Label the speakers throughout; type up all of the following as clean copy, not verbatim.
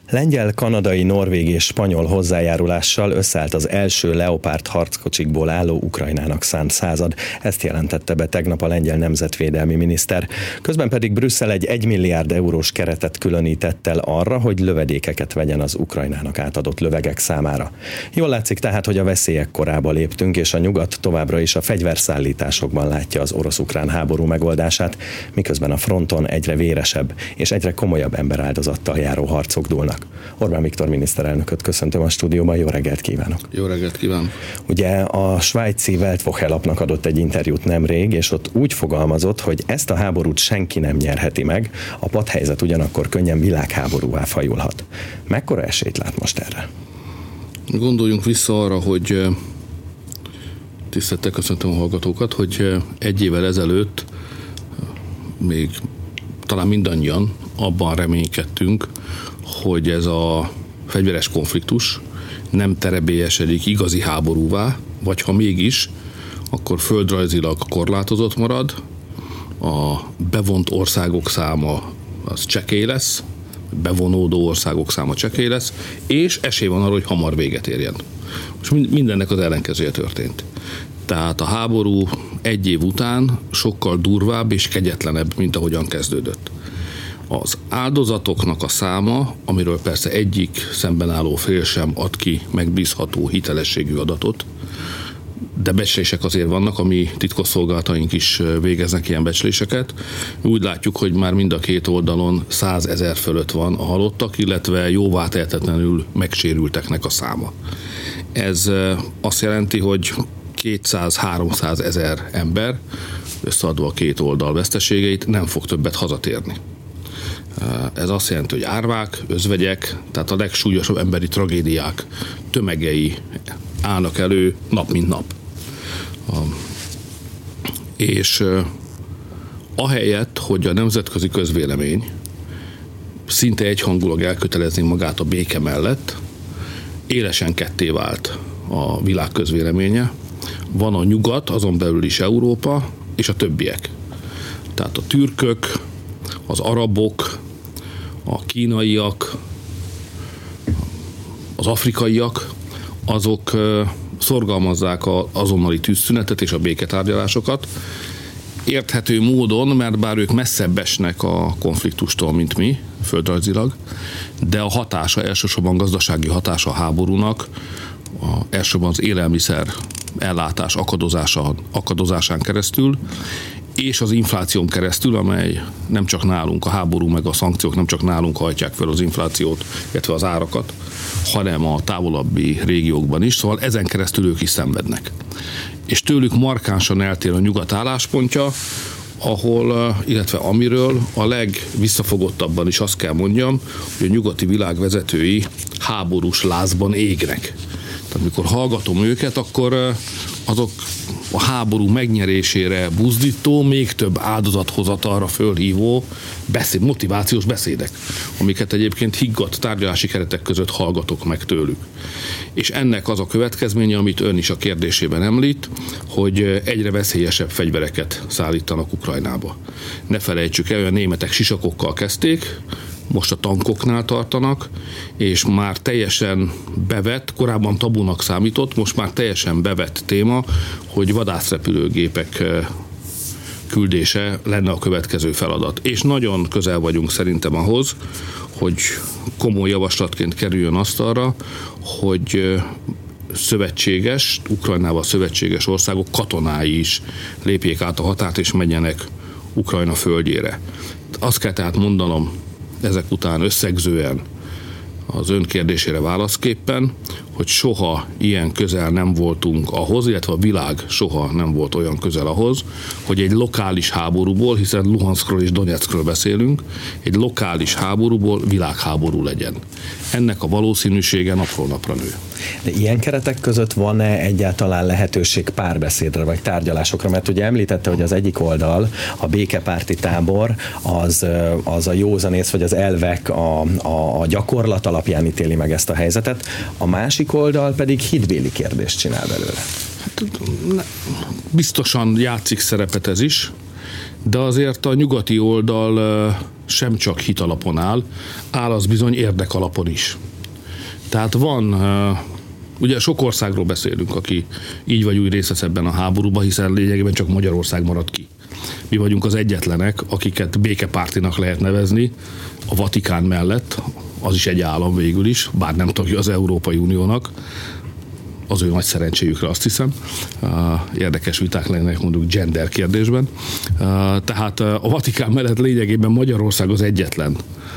Speaker 1: Lengyel, kanadai, norvég és spanyol hozzájárulással összeállt az első Leopard harckocsikból álló Ukrajnának szánt század. Ezt jelentette be tegnap a lengyel nemzetvédelmi miniszter. Közben pedig Brüsszel egy 1 milliárd eurós keretet különített el arra, hogy lövedékeket vegyen az Ukrajnának átadott lövegek számára. Jól látszik tehát, hogy a veszélyek korába léptünk, és a nyugat továbbra is a fegyverszállításokban látja az orosz-ukrán háború megoldását, miközben a fronton egyre véresebb és egyre komolyabb emberáldozattal járó harcok dúlnak. Orbán Viktor miniszterelnököt köszöntöm a stúdióban, jó reggelt kívánok!
Speaker 2: Jó reggelt kívánok!
Speaker 1: Ugye a svájci Weltwoche lapnak adott egy interjút nemrég, és ott úgy fogalmazott, hogy ezt a háborút senki nem nyerheti meg, a patthelyzet ugyanakkor könnyen világháborúvá fajulhat. Mekkora esélyt lát most erre?
Speaker 2: Gondoljunk vissza arra, hogy tisztelettel köszöntöm a hallgatókat, hogy egy évvel ezelőtt még talán mindannyian abban reménykedtünk, hogy ez a fegyveres konfliktus nem terebélyesedik igazi háborúvá, vagy ha mégis, akkor földrajzilag korlátozott marad, a bevont országok száma az csekély lesz, bevonódó országok száma csekély lesz, és esély van arra, hogy hamar véget érjen. Most mindennek az ellenkezője történt. Tehát a háború egy év után sokkal durvább és kegyetlenebb, mint ahogyan kezdődött. Az áldozatoknak a száma, amiről persze egyik szemben álló fél sem ad ki megbízható hitelességű adatot, de becslések azért vannak, a mi titkosszolgálataink is végeznek ilyen becsléseket. Úgy látjuk, hogy már mind a két oldalon 100 000 fölött van a halottak, illetve jóvá tehetetlenül megsérülteknek a száma. Ez azt jelenti, hogy 200-300 ezer ember, összeadva a két oldal veszteségeit, nem fog többet hazatérni. Ez azt jelenti, hogy árvák, özvegyek, tehát a legsúlyosabb emberi tragédiák tömegei állnak elő nap mint nap. És ahelyett, hogy a nemzetközi közvélemény szinte egyhangulag elkötelezni magát a béke mellett, élesen ketté vált a világ közvéleménye. Van a nyugat, azon belül is Európa, és a többiek. Tehát a türkök, az arabok, a kínaiak, az afrikaiak, azok szorgalmazzák az azonnali tűzszünetet és a béketárgyalásokat. Érthető módon, mert bár ők messzebb esnek a konfliktustól, mint mi, földrajzilag, de a hatása, elsősorban gazdasági hatása a háborúnak, elsősorban az élelmiszer ellátás akadozásán keresztül, és az infláción keresztül, amely nem csak nálunk, a háború meg a szankciók nem csak nálunk hajtják fel az inflációt, illetve az árakat, hanem a távolabbi régiókban is, szóval ezen keresztül ők is szenvednek. És tőlük markánsan eltér a nyugat álláspontja, ahol, illetve amiről a legvisszafogottabban is azt kell mondjam, hogy a nyugati világ vezetői háborús lázban égnek. Tehát amikor hallgatom őket, akkor azok a háború megnyerésére buzdító, még több áldozathozatalra fölhívó motivációs beszédek, amiket egyébként higgadt tárgyalási keretek között hallgatok meg tőlük. És ennek az a következménye, amit ön is a kérdésében említ, hogy egyre veszélyesebb fegyvereket szállítanak Ukrajnába. Ne felejtsük el, hogy a németek sisakokkal kezdték, most a tankoknál tartanak, és már teljesen bevett, korábban tabunak számított, most már teljesen bevett téma, hogy vadászrepülőgépek küldése lenne a következő feladat. És nagyon közel vagyunk szerintem ahhoz, hogy komoly javaslatként kerüljön asztalra, hogy Ukrajnával szövetséges országok katonái is lépjék át a határt és menjenek Ukrajna földjére. Azt kell tehát mondanom ezek után összegzően az ön kérdésére válaszképpen, hogy soha ilyen közel nem voltunk ahhoz, illetve a világ soha nem volt olyan közel ahhoz, hogy egy lokális háborúból, hiszen Luhanskról és Donetskről beszélünk, egy lokális háborúból világháború legyen. Ennek a valószínűsége napról napra nő.
Speaker 1: De ilyen keretek között van-e egyáltalán lehetőség párbeszédre vagy tárgyalásokra? Mert ugye említette, hogy az egyik oldal, a békepárti tábor, az a józanész vagy az elvek, a gyakorlat alapján ítéli meg ezt a helyzetet, a másik oldal pedig hitbéli kérdést csinál belőle.
Speaker 2: Biztosan játszik szerepet ez is, de azért a nyugati oldal sem csak hit alapon áll az bizony érdek alapon is. Tehát van, ugye sok országról beszélünk, aki így vagy úgy részt vesz ebben a háborúban, hiszen lényegében csak Magyarország maradt ki. Mi vagyunk az egyetlenek, akiket békepártinak lehet nevezni a Vatikán mellett, az is egy állam végül is, bár nem tagja az Európai Uniónak, az ő nagy szerencséjükre, azt hiszem. Érdekes viták lennének mondjuk gender kérdésben. Tehát a Vatikán mellett lényegében Magyarország az egyetlen,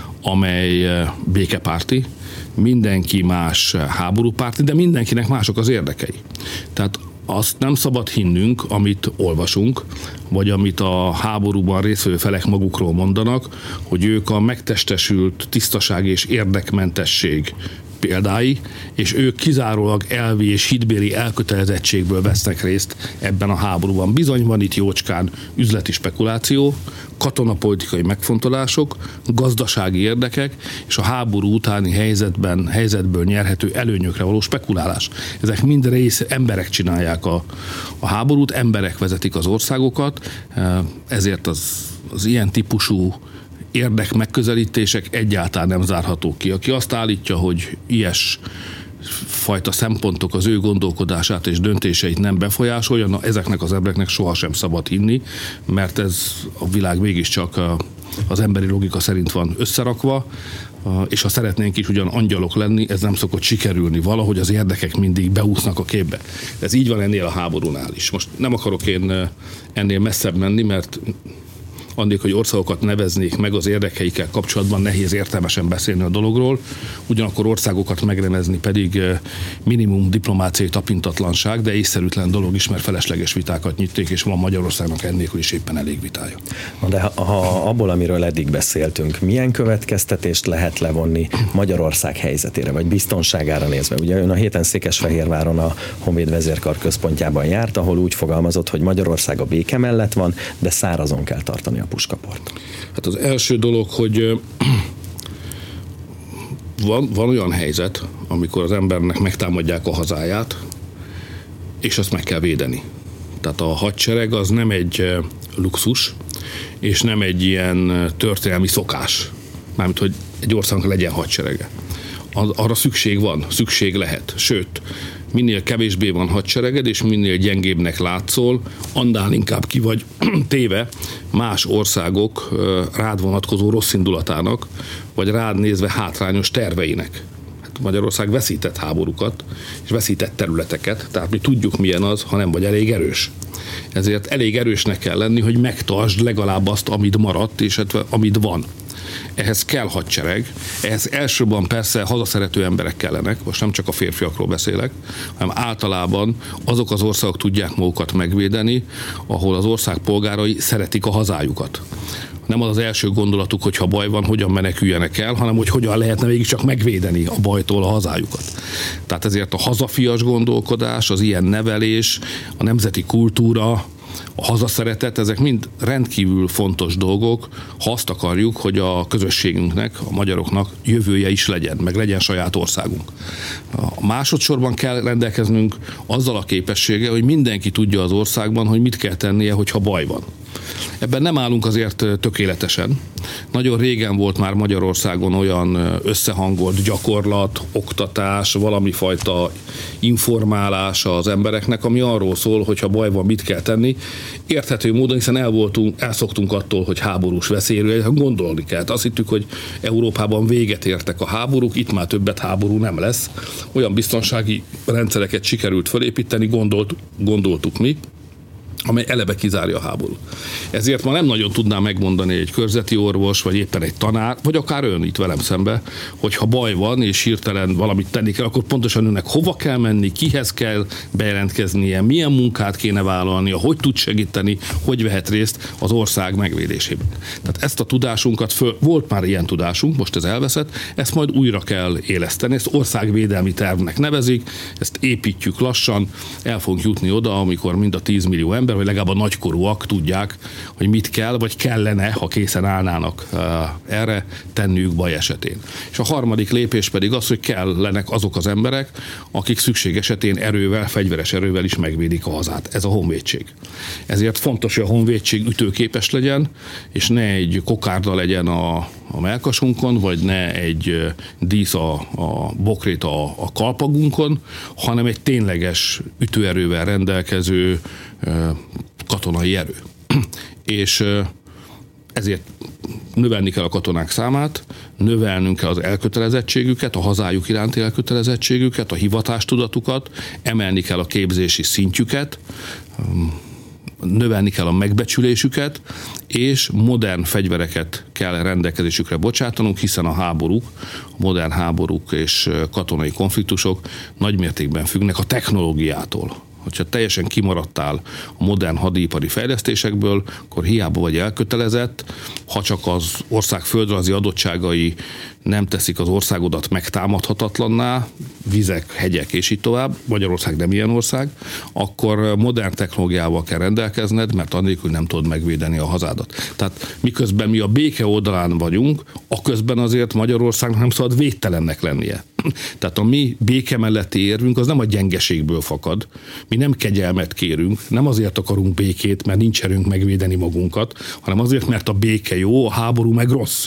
Speaker 2: amely békepárti, mindenki más háborúpárti, de mindenkinek mások az érdekei. Tehát azt nem szabad hinnünk, amit olvasunk, vagy amit a háborúban résztvevő felek magukról mondanak, hogy ők a megtestesült tisztaság és érdekmentesség példái, és ők kizárólag elvi és hitbéli elkötelezettségből vesznek részt ebben a háborúban. Bizony van itt jócskán üzleti spekuláció, katonapolitikai megfontolások, gazdasági érdekek, és a háború utáni helyzetből nyerhető előnyökre való spekulálás. Ezek mind emberek csinálják a háborút, emberek vezetik az országokat, ezért az ilyen típusú érdek megközelítések egyáltalán nem zárhatók ki. Aki azt állítja, hogy ilyes fajta szempontok az ő gondolkodását és döntéseit nem befolyásolja, na ezeknek az embereknek sohasem szabad hinni, mert ez a világ mégiscsak az emberi logika szerint van összerakva, és ha szeretnénk is ugyan angyalok lenni, ez nem szokott sikerülni. Valahogy az érdekek mindig beúsznak a képbe. Ez így van ennél a háborúnál is. Most nem akarok én ennél messzebb menni, mert annélkül, hogy országokat neveznék meg az érdekeikkel kapcsolatban, nehéz értelmesen beszélni a dologról, ugyanakkor országokat megnevezni pedig minimum diplomáciai tapintatlanság, de észszerűtlen dolog is, mert felesleges vitákat nyitték, és van Magyarországnak ennélkül is éppen elég vitája.
Speaker 1: De ha abból, amiről eddig beszéltünk, milyen következtetést lehet levonni Magyarország helyzetére, vagy biztonságára nézve? Ugye ön a héten Székesfehérváron a Honvéd vezérkar központjában járt, ahol úgy fogalmazott, hogy Magyarország a béke mellett van, de szárazon kell tartani a puskaport.
Speaker 2: Hát az első dolog, hogy van olyan helyzet, amikor az embernek megtámadják a hazáját, és azt meg kell védeni. Tehát a hadsereg az nem egy luxus, és nem egy ilyen történelmi szokás. Mármint, hogy egy országnak legyen hadserege. Arra szükség lehet. Sőt, minél kevésbé van hadsereged, és minél gyengébbnek látszol, annál inkább ki vagy téve más országok rád vonatkozó rossz indulatának, vagy rád nézve hátrányos terveinek. Hát Magyarország veszített háborúkat, és veszített területeket, tehát mi tudjuk, milyen az, ha nem vagy elég erős. Ezért elég erősnek kell lenni, hogy megtartsd legalább azt, amit maradt, és amit van. Ehhez kell hadsereg, ehhez elsősorban persze hazaszerető emberek kellenek, most nem csak a férfiakról beszélek, hanem általában azok az országok tudják magukat megvédeni, ahol az ország polgárai szeretik a hazájukat. Nem az az első gondolatuk, hogy ha baj van, hogyan meneküljenek el, hanem hogy hogyan lehetne mégiscsak megvédeni a bajtól a hazájukat. Tehát ezért a hazafias gondolkodás, az ilyen nevelés, a nemzeti kultúra, a hazaszeretet, ezek mind rendkívül fontos dolgok, ha azt akarjuk, hogy a közösségünknek, a magyaroknak jövője is legyen, meg legyen saját országunk. A másodszorban kell rendelkeznünk azzal a képességgel, hogy mindenki tudja az országban, hogy mit kell tennie, hogyha baj van. Ebben nem állunk azért tökéletesen. Nagyon régen volt már Magyarországon olyan összehangolt gyakorlat, oktatás, valami fajta informálása az embereknek, ami arról szól, hogy ha baj van, mit kell tenni. Érthető módon, hiszen elszoktunk attól, hogy háborús veszélyről, gondolni kell. Azt hittük, hogy Európában véget értek a háborúk, itt már többet háború nem lesz. Olyan biztonsági rendszereket sikerült felépíteni, gondoltuk mi, amely eleve kizárja a háborút. Ezért ma nem nagyon tudná megmondani egy körzeti orvos, vagy éppen egy tanár, vagy akár ön itt velem szembe, hogy ha baj van, és hirtelen valamit tenni kell, akkor pontosan önnek hova kell menni, kihez kell bejelentkeznie, milyen munkát kéne vállalnia, hogy tud segíteni, hogy vehet részt az ország megvédésében. Tehát ezt a tudásunkat, volt már ilyen tudásunk, most ez elveszett, ezt majd újra kell éleszteni, ezt országvédelmi tervnek nevezik, ezt építjük lassan, el fogunk jutni oda, amikor mind a 10 millió ember ember, hogy legalább a nagykorúak tudják, hogy mit kell, vagy kellene, ha készen állnának erre tenniük baj esetén. És a harmadik lépés pedig az, hogy kellenek azok az emberek, akik szükség esetén erővel, fegyveres erővel is megvédik a hazát. Ez a honvédség. Ezért fontos, hogy a honvédség ütőképes legyen, és ne egy kokárda legyen a mellkasunkon, vagy ne egy dísz a bokrét a kalpagunkon, hanem egy tényleges ütőerővel rendelkező katonai erő. És ezért növelni kell a katonák számát, növelnünk kell az elkötelezettségüket, a hazájuk iránti elkötelezettségüket, a hivatástudatukat, emelni kell a képzési szintjüket, növelni kell a megbecsülésüket, és modern fegyvereket kell rendelkezésükre bocsátanunk, hiszen a modern háborúk és katonai konfliktusok nagymértékben függnek a technológiától. Hogyha teljesen kimaradtál a modern hadipari fejlesztésekből, akkor hiába vagy elkötelezett, ha csak az ország földrajzi adottságai nem teszik az országodat megtámadhatatlanná, vizek, hegyek és így tovább, Magyarország nem ilyen ország, akkor modern technológiával kell rendelkezned, mert annélkül nem tudod megvédeni a hazádat. Tehát miközben mi a béke oldalán vagyunk, aközben azért Magyarországnak nem szabad védtelennek lennie. Tehát a mi béke melletti érvünk az nem a gyengeségből fakad. Mi nem kegyelmet kérünk, nem azért akarunk békét, mert nincs erőnk megvédeni magunkat, hanem azért, mert a béke jó, a háború meg rossz.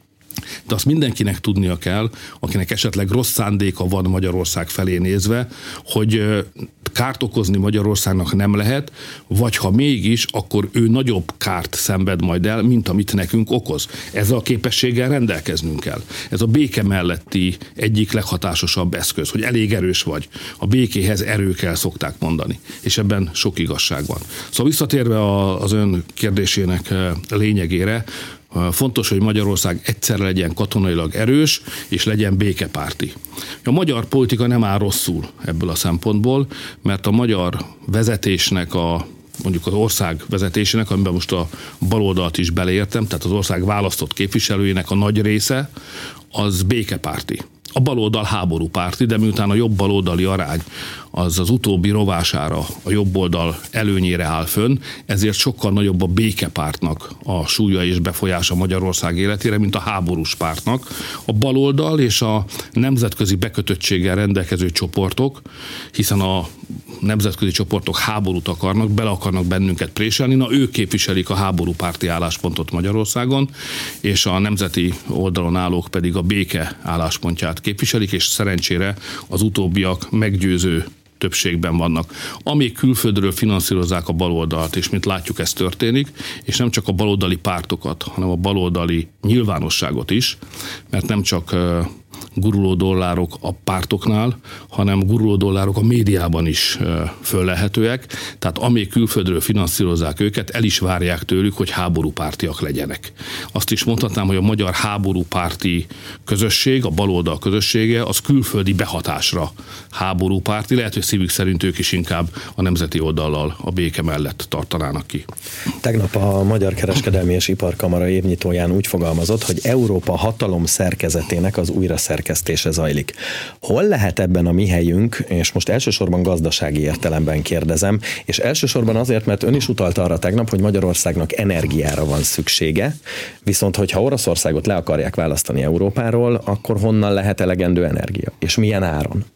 Speaker 2: De azt mindenkinek tudnia kell, akinek esetleg rossz szándéka van Magyarország felé nézve, hogy kárt okozni Magyarországnak nem lehet, vagy ha mégis, akkor ő nagyobb kárt szenved majd el, mint amit nekünk okoz. Ezzel a képességgel rendelkeznünk kell. Ez a béke melletti egyik leghatásosabb eszköz, hogy elég erős vagy. A békéhez erő kell, szokták mondani. És ebben sok igazság van. Szóval visszatérve az ön kérdésének lényegére, fontos, hogy Magyarország egyszerre legyen katonailag erős, és legyen békepárti. A magyar politika nem áll rosszul ebből a szempontból, mert a magyar vezetésnek, mondjuk az ország vezetésének, amiben most a baloldalt is beleértem, tehát az ország választott képviselőjének a nagy része, az békepárti. A baloldal háborúpárti, de miután a jobb-baloldali arány az utóbbi rovására, a jobb oldal előnyére áll fönn, ezért sokkal nagyobb a békepártnak a súlya és befolyása Magyarország életére, mint a háborús pártnak. A baloldal és a nemzetközi bekötöttséggel rendelkező csoportok, hiszen a nemzetközi csoportok háborút akarnak, bele akarnak bennünket préselni, ők képviselik a háborúpárti álláspontot Magyarországon, és a nemzeti oldalon állók pedig a béke álláspontját képviselik, és szerencsére az utóbbiak meggyőző többségben vannak. Amíg külföldről finanszírozzák a baloldalt, és mint látjuk, ez történik, és nem csak a baloldali pártokat, hanem a baloldali nyilvánosságot is, mert nem csak guruló dollárok a pártoknál, hanem guruló dollárok a médiában is föllelhetőek. Tehát amíg külföldről finanszírozzák őket, el is várják tőlük, hogy háborúpártiak legyenek. Azt is mondhatnám, hogy a magyar háborúpárti közösség, a baloldal közössége, az külföldi behatásra háborúpárti. Lehet, hogy szívük szerint ők is inkább a nemzeti oldallal a béke mellett tartanának ki.
Speaker 1: Tegnap a Magyar Kereskedelmi és Iparkamara évnyitóján úgy fogalmazott, hogy Európa hatalom szerkezetének az újraszerkesztése zajlik. Hol lehet ebben a mi helyünk, és most elsősorban gazdasági értelemben kérdezem, és elsősorban azért, mert ön is utalta arra tegnap, hogy Magyarországnak energiára van szüksége, viszont hogyha Oroszországot le akarják választani Európáról, akkor honnan lehet elegendő energia, és milyen áron?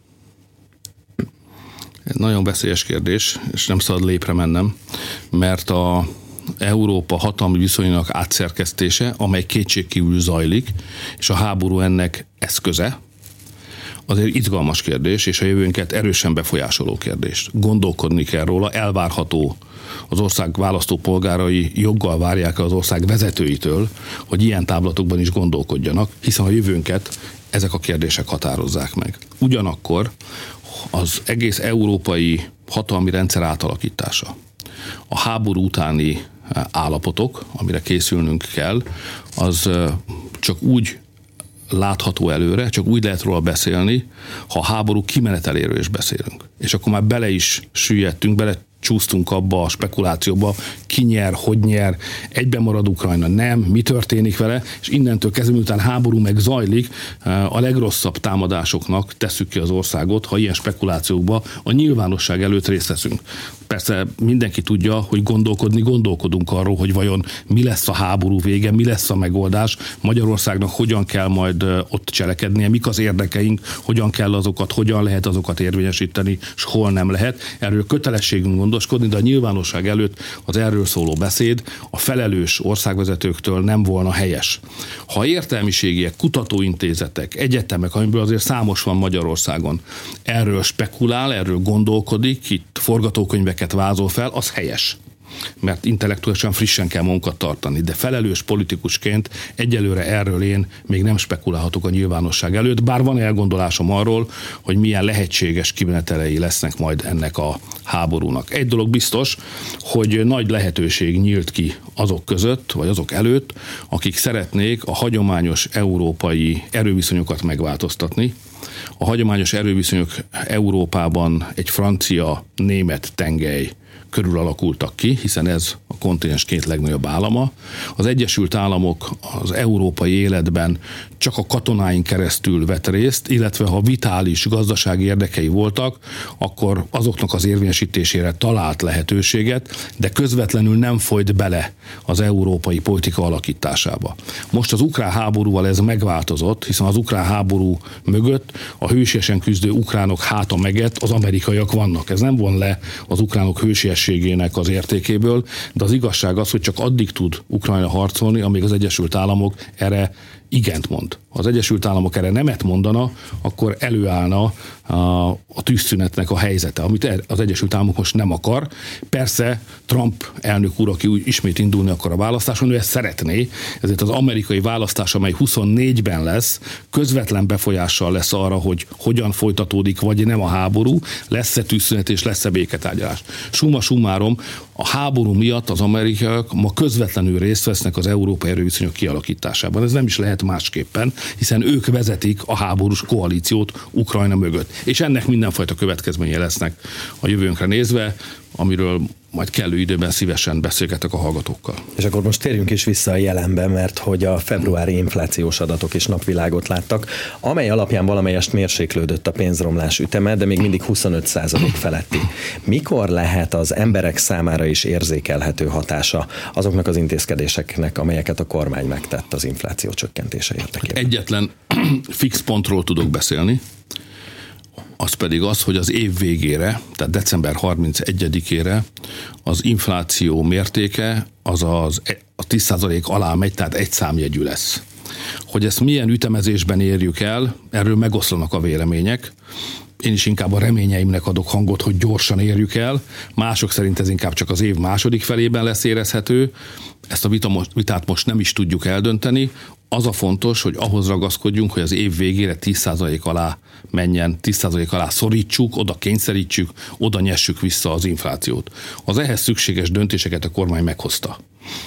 Speaker 2: Nagyon veszélyes kérdés, és nem szabad lépre mennem, mert a Európa hatalmi viszonynak átszerkesztése, amely kétségkívül zajlik, és a háború ennek eszköze, azért izgalmas kérdés, és a jövőnket erősen befolyásoló kérdés. Gondolkodni kell róla, elvárható, az ország választópolgárai joggal várják az ország vezetőitől, hogy ilyen táblatokban is gondolkodjanak, hiszen a jövőnket ezek a kérdések határozzák meg. Ugyanakkor az egész európai hatalmi rendszer átalakítása, a háború utáni állapotok, amire készülnünk kell, az csak úgy látható előre, csak úgy lehet róla beszélni, ha a háború kimeneteléről is beszélünk. És akkor már bele is süllyedtünk, belecsúsztunk abba a spekulációba, ki nyer, hogy nyer, egyben marad Ukrajna, nem, mi történik vele, és innentől kezdve, miután háború meg zajlik, a legrosszabb támadásoknak tesszük ki az országot, ha ilyen spekulációkba a nyilvánosság előtt részt veszünk. Persze mindenki tudja, hogy gondolkodunk arról, hogy vajon mi lesz a háború vége, mi lesz a megoldás, Magyarországnak hogyan kell majd ott cselekednie, mik az érdekeink, hogyan lehet azokat érvényesíteni, és hol nem lehet. Erről kötelességünk gondoskodni, de a nyilvánosság előtt az erről szóló beszéd a felelős országvezetőktől nem volna helyes. Ha értelmiségiek, kutatóintézetek, egyetemek, amiből azért számos van Magyarországon, erről spekulál, erről gondolkodik, itt forgatókönyveket vázol fel, az helyes. Mert intellektuálisan frissen kell magunkat tartani, de felelős politikusként egyelőre erről én még nem spekulálhatok a nyilvánosság előtt, bár van elgondolásom arról, hogy milyen lehetséges kimenetelei lesznek majd ennek a háborúnak. Egy dolog biztos, hogy nagy lehetőség nyílt ki azok között, vagy azok előtt, akik szeretnék a hagyományos európai erőviszonyokat megváltoztatni. A hagyományos erőviszonyok Európában egy francia-német tengely körül alakultak ki, hiszen ez a kontinens két legnagyobb állama. Az Egyesült Államok az európai életben csak a katonáin keresztül vett részt, illetve ha vitális gazdasági érdekei voltak, akkor azoknak az érvényesítésére talált lehetőséget, de közvetlenül nem folyt bele az európai politika alakításába. Most az ukrán háborúval ez megváltozott, hiszen az ukrán háború mögött a hősiesen küzdő ukránok háta megett az amerikaiak vannak. Ez nem von le az ukránok hősiességének az értékéből, de az igazság az, hogy csak addig tud Ukrajna harcolni, amíg az Egyesült Államok erre igent mond. Ha az Egyesült Államok erre nemet mondana, akkor előállna a tűzszünetnek a helyzete, amit az Egyesült Államok most nem akar. Persze Trump elnök úr, aki ismét indulni akar a választáson, ő ezt szeretné, ezért az amerikai választás, amely 24-ben lesz, közvetlen befolyással lesz arra, hogy hogyan folytatódik, vagy nem a háború, lesz-e tűzszünet és lesz-e béketárgyalás. Summa summarum, a háború miatt az amerikaiak ma közvetlenül részt vesznek az európai erőviszonyok kialakításában. Ez nem is lehet másképpen, hiszen ők vezetik a háborús koalíciót Ukrajna mögött. És ennek mindenfajta következménye lesznek a jövőnkre nézve, amiről majd kellő időben szívesen beszélgetek a hallgatókkal.
Speaker 1: És akkor most térjünk is vissza a jelenbe, mert hogy a februári inflációs adatok is napvilágot láttak, amely alapján valamelyest mérséklődött a pénzromlás üteme, de még mindig 25% feletti. Mikor lehet az emberek számára is érzékelhető hatása azoknak az intézkedéseknek, amelyeket a kormány megtett az infláció csökkentése érdekében?
Speaker 2: Egyetlen fix pontról tudok beszélni, az pedig az, hogy az év végére, tehát december 31-ére az infláció mértéke az a 10% alá megy, tehát egy számjegyű lesz. Hogy ezt milyen ütemezésben érjük el, erről megoszlanak a vélemények. Én is inkább a reményeimnek adok hangot, hogy gyorsan érjük el. Mások szerint ez inkább csak az év második felében lesz érezhető. Ezt a vitát most nem is tudjuk eldönteni. Az a fontos, hogy ahhoz ragaszkodjunk, hogy az év végére 10% alá menjen, 10% alá szorítsuk, oda kényszerítsük, oda nyessük vissza az inflációt. Az ehhez szükséges döntéseket a kormány meghozta.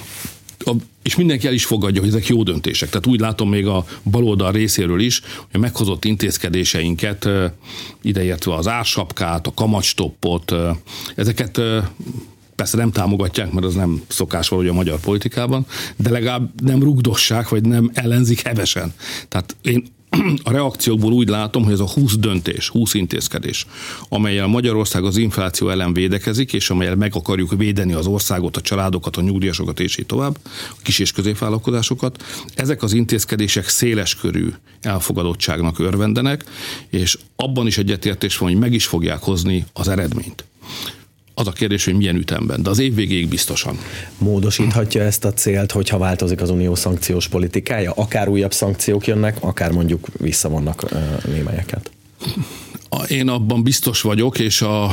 Speaker 2: És mindenki el is fogadja, hogy ezek jó döntések. Tehát úgy látom még a baloldal részéről is, hogy meghozott intézkedéseinket, ideértve az ársapkát, a kamatstoppot, ezeket persze nem támogatják, mert az nem szokás valahogy a magyar politikában, de legalább nem rugdossák, vagy nem ellenzik hevesen. Tehát én a reakciókból úgy látom, hogy ez a 20 döntés, 20 intézkedés, amellyel Magyarország az infláció ellen védekezik, és amellyel meg akarjuk védeni az országot, a családokat, a nyugdíjasokat, és így tovább, a kis- és középvállalkozásokat. Ezek az intézkedések széleskörű elfogadottságnak örvendenek, és abban is egyetértés van, hogy meg is fogják hozni az eredményt. Az a kérdés, hogy milyen ütemben, de az év végéig biztosan.
Speaker 1: Módosíthatja ezt a célt, hogyha változik az unió szankciós politikája? Akár újabb szankciók jönnek, akár mondjuk visszavonnak némelyeket.
Speaker 2: Én abban biztos vagyok, és a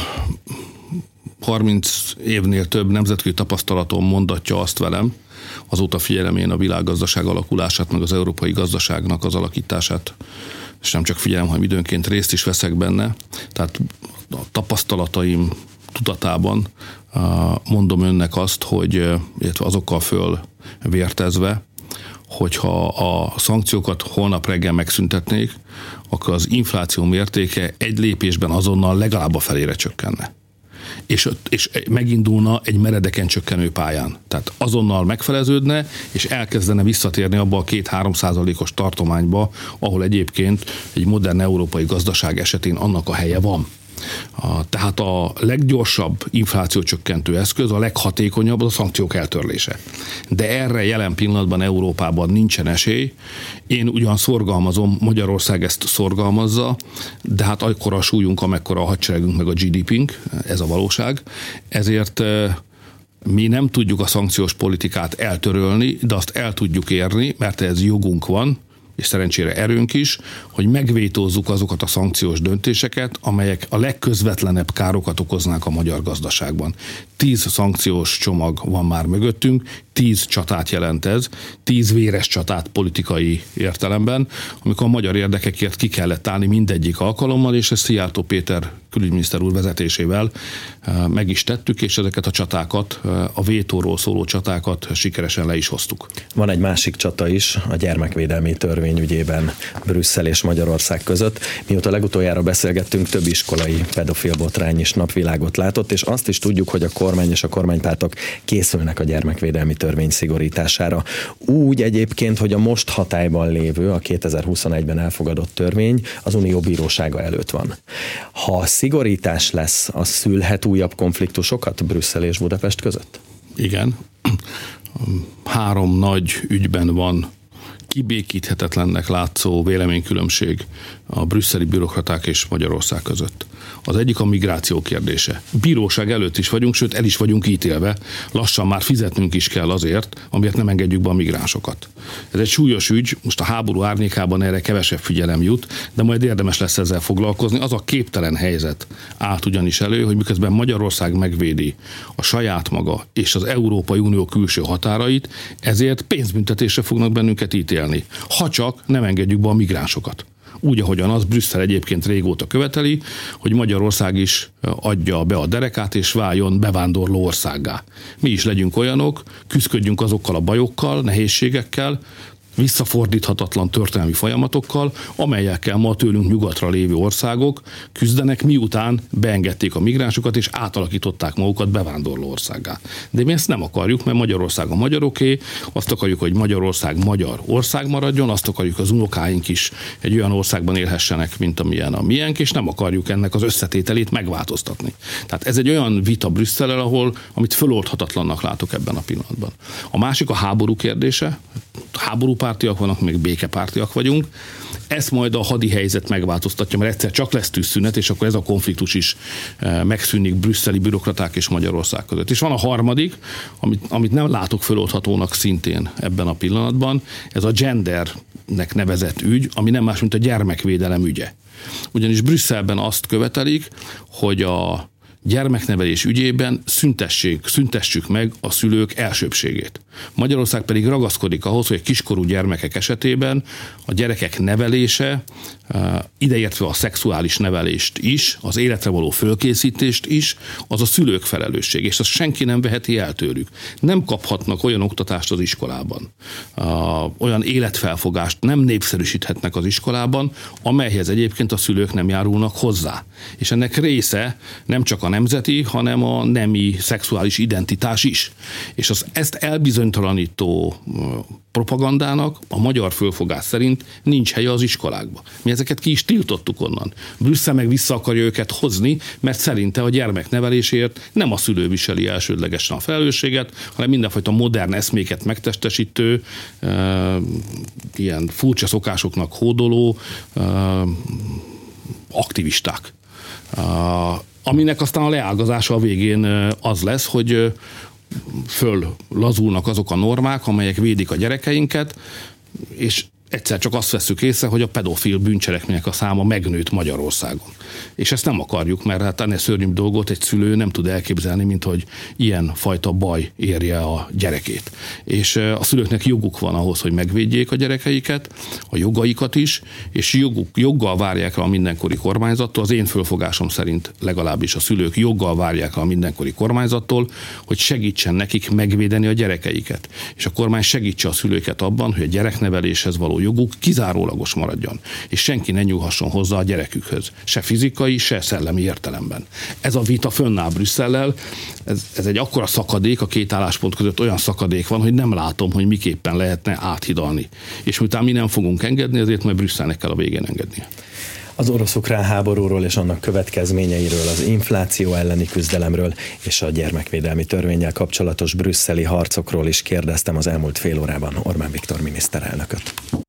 Speaker 2: 30 évnél több nemzetközi tapasztalatom mondatja azt velem, azóta figyelem én a világgazdaság alakulását, meg az európai gazdaságnak az alakítását, és nem csak figyelem, hanem időnként részt is veszek benne. Tehát a tapasztalataim tudatában mondom önnek azt, hogy illetve azokkal fölvértezve, hogyha a szankciókat holnap reggel megszüntetnék, akkor az infláció mértéke egy lépésben azonnal legalább a felére csökkenne. És megindulna egy meredeken csökkenő pályán. Tehát azonnal megfeleződne, és elkezdene visszatérni abba a 2-3%-os tartományba, ahol egyébként egy modern európai gazdaság esetén annak a helye van. Tehát a leggyorsabb inflációcsökkentő eszköz, a leghatékonyabb a szankciók eltörlése. De erre jelen pillanatban Európában nincsen esély. Én ugyan szorgalmazom, Magyarország ezt szorgalmazza, de hát akkora a súlyunk, amekkora a hadseregünk meg a GDP-nk, ez a valóság. Ezért mi nem tudjuk a szankciós politikát eltörölni, de azt el tudjuk érni, mert ez jogunk van, és szerencsére erőnk is, hogy megvétózzuk azokat a szankciós döntéseket, amelyek a legközvetlenebb károkat okoznák a magyar gazdaságban. 10 szankciós csomag van már mögöttünk, 10 csatát jelent ez, 10 véres csatát politikai értelemben, amikor a magyar érdekekért ki kellett állni mindegyik alkalommal, és ezt Szijjártó Péter külügyminiszter úr vezetésével meg is tettük, és ezeket a csatákat, a vétóról szóló csatákat sikeresen le is hoztuk.
Speaker 1: Van egy másik csata is, a gyermekvédelmi törvény ügyében Brüsszel és Magyarország között. Mióta legutoljára beszélgettünk, több iskolai pedofil botrány is napvilágot látott, és azt is tudjuk, hogy a kormány és a kormánypártok készülnek a gyermekvédelmi törvény szigorítására. Úgy egyébként, hogy a most hatályban lévő, a 2021-ben elfogadott törvény az Unió bírósága előtt van. Ha szigorítás lesz, az szülhet újabb konfliktusokat Brüsszel és Budapest között?
Speaker 2: Igen. 3 nagy ügyben van kibékíthetetlennek látszó véleménykülönbség a brüsszeli bürokraták és Magyarország között. Az egyik a migráció kérdése. Bíróság előtt is vagyunk, sőt el is vagyunk ítélve, lassan már fizetnünk is kell azért, amiért nem engedjük be a migránsokat. Ez egy súlyos ügy, most a háború árnyékában erre kevesebb figyelem jut, de majd érdemes lesz ezzel foglalkozni. Az a képtelen helyzet állt ugyanis elő, hogy miközben Magyarország megvédi a saját maga és az Európai Unió külső határait, ezért pénzbüntetésre fognak bennünket ítélni, ha csak nem engedjük be a migránsokat. Úgy, ahogyan az Brüsszel egyébként régóta követeli, hogy Magyarország is adja be a derekát, és váljon bevándorló országgá. Mi is legyünk olyanok, küzdködjünk azokkal a bajokkal, nehézségekkel, visszafordíthatatlan történelmi folyamatokkal, amelyekkel ma tőlünk nyugatra lévő országok küzdenek, miután beengedték a migránsokat, és átalakították magukat bevándorló országgá. De mi ezt nem akarjuk, mert Magyarország a magyaroké, azt akarjuk, hogy Magyarország magyar ország maradjon, azt akarjuk, az unokáink is egy olyan országban élhessenek, mint amilyen a miénk, és nem akarjuk ennek az összetételét megváltoztatni. Tehát ez egy olyan vita Brüsszellel, amit föloldhatatlannak látok ebben a pillanatban. A másik a háború kérdése. Háborúpártiak vannak, még békepártiak vagyunk. Ezt majd a hadi helyzet megváltoztatja, mert egyszer csak lesz tűzszünet, és akkor ez a konfliktus is megszűnik brüsszeli bürokraták és Magyarország között. És van a harmadik, amit nem látok föloldhatónak szintén ebben a pillanatban, ez a gendernek nevezett ügy, ami nem más, mint a gyermekvédelem ügye. Ugyanis Brüsszelben azt követelik, hogy a gyermeknevelés ügyében szüntessük meg a szülők elsőbbségét. Magyarország pedig ragaszkodik ahhoz, hogy a kiskorú gyermekek esetében a gyerekek nevelése, ideértve a szexuális nevelést is, az életre való fölkészítést is, az a szülők felelősség, és azt senki nem veheti el tőlük. Nem kaphatnak olyan oktatást az iskolában, olyan életfelfogást nem népszerűsíthetnek az iskolában, amelyhez egyébként a szülők nem járulnak hozzá. És ennek része nem csak a nemzeti, hanem a nemi szexuális identitás is. És ezt elbizonytalanító propagandának a magyar fölfogás szerint nincs helye az iskolákban. Mi ezeket ki is tiltottuk onnan. Brüsszel meg vissza akarja őket hozni, mert szerinte a gyermeknevelésért nem a szülő viseli elsődlegesen a felelősséget, hanem mindenfajta modern eszméket megtestesítő, ilyen furcsa szokásoknak hódoló aktivisták. Aminek aztán a leágazása a végén az lesz, hogy föllazulnak azok a normák, amelyek védik a gyerekeinket, és egyszer csak azt veszük észre, hogy a pedofil bűncselekmények a száma megnőtt Magyarországon. És ezt nem akarjuk, mert hát ennél szörnyűbb dolgot egy szülő nem tud elképzelni, mint hogy ilyen fajta baj érje a gyerekét. És a szülőknek joguk van ahhoz, hogy megvédjék a gyerekeiket, a jogaikat is, és joggal várják el a mindenkori kormányzattól, az én fölfogásom szerint legalábbis a szülők joggal várják el a mindenkori kormányzattól, hogy segítsen nekik megvédeni a gyerekeiket. És a kormány segítse a szülőket abban, hogy a gyerekneveléshez való joguk kizárólagos maradjon, és senki ne nyúlhasson hozzá a gyerekükhöz, se fizikai, se szellemi értelemben. Ez a vita fönnáll Brüsszellel, ez egy akkora szakadék, a két álláspont között olyan szakadék van, hogy nem látom, hogy miképpen lehetne áthidalni. És miután mi nem fogunk engedni, ezért majd Brüsszelnek kell a végén engednie.
Speaker 1: Az orosz-ukrán háborúról és annak következményeiről, az infláció elleni küzdelemről és a gyermekvédelmi törvénnyel kapcsolatos brüsszeli harcokról is kérdeztem az elmúlt fél órában Orbán Viktor miniszterelnököt.